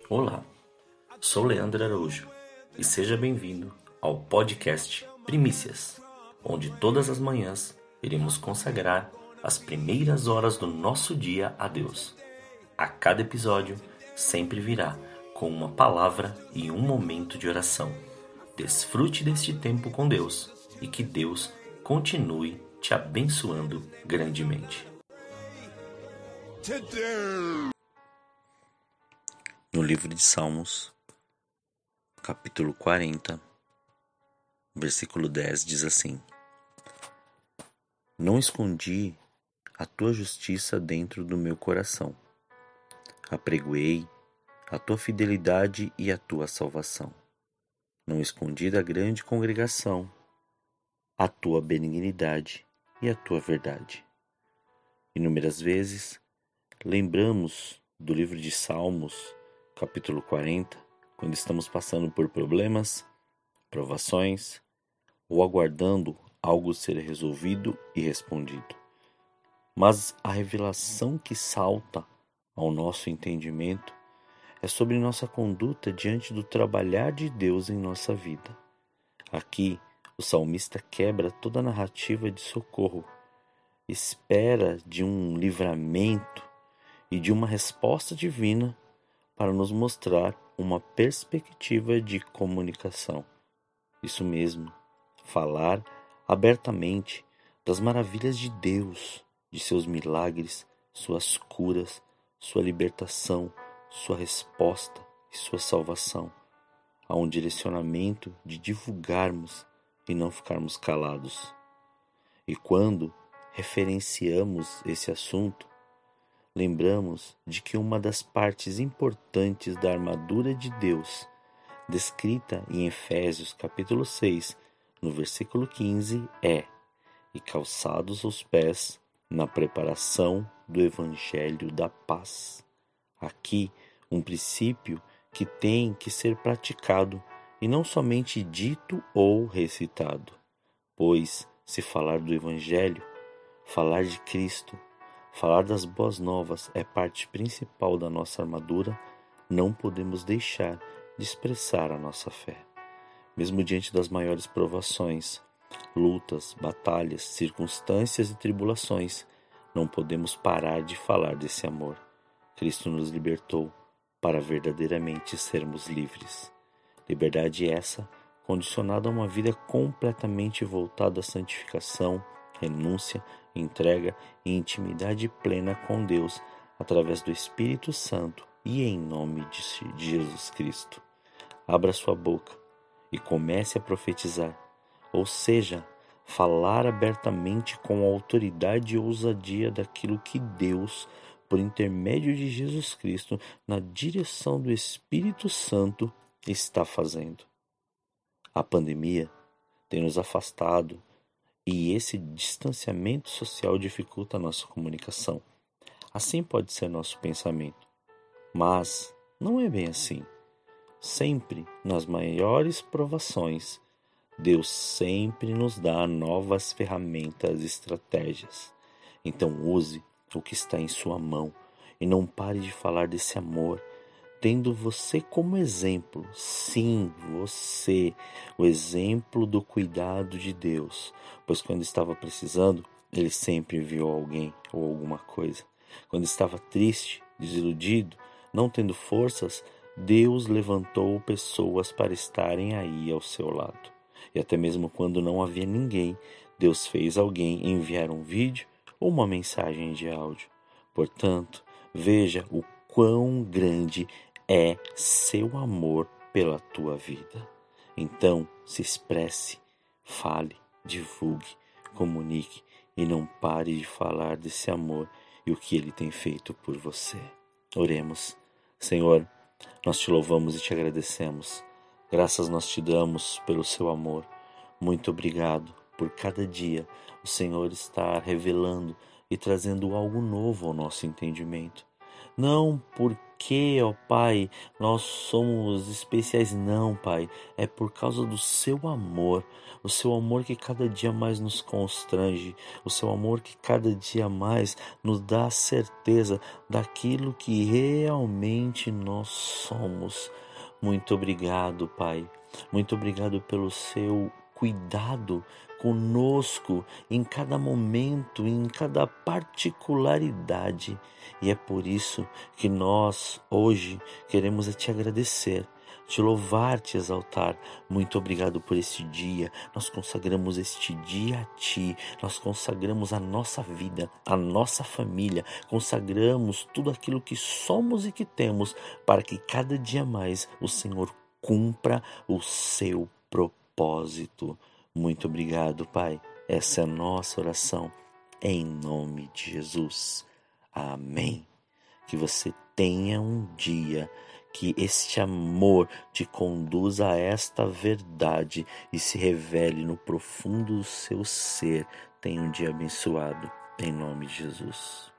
Olá, sou Leandro Araújo e seja bem-vindo ao podcast Primícias, onde todas as manhãs iremos consagrar as primeiras horas do nosso dia a Deus. A cada episódio sempre virá com uma palavra e um momento de oração. Desfrute deste tempo com Deus e que Deus continue te abençoando grandemente. No livro de Salmos, capítulo 40, versículo 10 diz assim: Não escondi a tua justiça dentro do meu coração. Apregoei a tua fidelidade e a tua salvação. Não escondi da grande congregação a tua benignidade e a tua verdade. Inúmeras vezes lembramos do livro de Salmos, capítulo 40, quando estamos passando por problemas, provações ou aguardando algo ser resolvido e respondido. Mas a revelação que salta ao nosso entendimento é sobre nossa conduta diante do trabalhar de Deus em nossa vida. Aqui, o salmista quebra toda a narrativa de socorro, espera de um livramento e de uma resposta divina para nos mostrar uma perspectiva de comunicação. Isso mesmo, falar abertamente das maravilhas de Deus, de seus milagres, suas curas, sua libertação, sua resposta e sua salvação. Há um direcionamento de divulgarmos e não ficarmos calados. E quando referenciamos esse assunto, lembramos de que uma das partes importantes da armadura de Deus, descrita em Efésios capítulo 6, no versículo 15, é: e calçados os pés na preparação do Evangelho da paz. Aqui, um princípio que tem que ser praticado e não somente dito ou recitado, pois se falar do Evangelho, falar de Cristo, falar das boas novas é parte principal da nossa armadura, não podemos deixar de expressar a nossa fé. Mesmo diante das maiores provações, lutas, batalhas, circunstâncias e tribulações, não podemos parar de falar desse amor. Cristo nos libertou para verdadeiramente sermos livres. Liberdade essa condicionada a uma vida completamente voltada à santificação, renúncia, entrega e intimidade plena com Deus através do Espírito Santo e em nome de Jesus Cristo. Abra sua boca e comece a profetizar, ou seja, falar abertamente com autoridade e ousadia daquilo que Deus, por intermédio de Jesus Cristo, na direção do Espírito Santo, está fazendo. A pandemia tem nos afastado e esse distanciamento social dificulta a nossa comunicação. Assim pode ser nosso pensamento, mas não é bem assim. Sempre nas maiores provações, Deus sempre nos dá novas ferramentas e estratégias. Então use o que está em sua mão e não pare de falar desse amor, tendo você como exemplo, sim, você, o exemplo do cuidado de Deus, pois quando estava precisando, Ele sempre enviou alguém ou alguma coisa. Quando estava triste, desiludido, não tendo forças, Deus levantou pessoas para estarem aí ao seu lado. E até mesmo quando não havia ninguém, Deus fez alguém enviar um vídeo ou uma mensagem de áudio. Portanto, veja o quão grande é seu amor pela tua vida. Então, se expresse, fale, divulgue, comunique e não pare de falar desse amor e o que Ele tem feito por você. Oremos. Senhor, nós te louvamos e te agradecemos. Graças nós te damos pelo seu amor. Muito obrigado por cada dia o Senhor estar revelando e trazendo algo novo ao nosso entendimento. Não porque, ó Pai, nós somos especiais, não, Pai. É por causa do seu amor, o seu amor que cada dia mais nos constrange, o seu amor que cada dia mais nos dá a certeza daquilo que realmente nós somos. Muito obrigado, Pai. Muito obrigado pelo seu cuidado conosco em cada momento, em cada particularidade. E é por isso que nós hoje queremos te agradecer, te louvar, te exaltar. Muito obrigado por este dia. Nós consagramos este dia a ti. Nós consagramos a nossa vida, a nossa família. Consagramos tudo aquilo que somos e que temos para que cada dia mais o Senhor cumpra o seu propósito. Muito obrigado, Pai. Essa é a nossa oração em nome de Jesus. Amém. Que você tenha um dia, que este amor te conduza a esta verdade e se revele no profundo do seu ser. Tenha um dia abençoado, em nome de Jesus.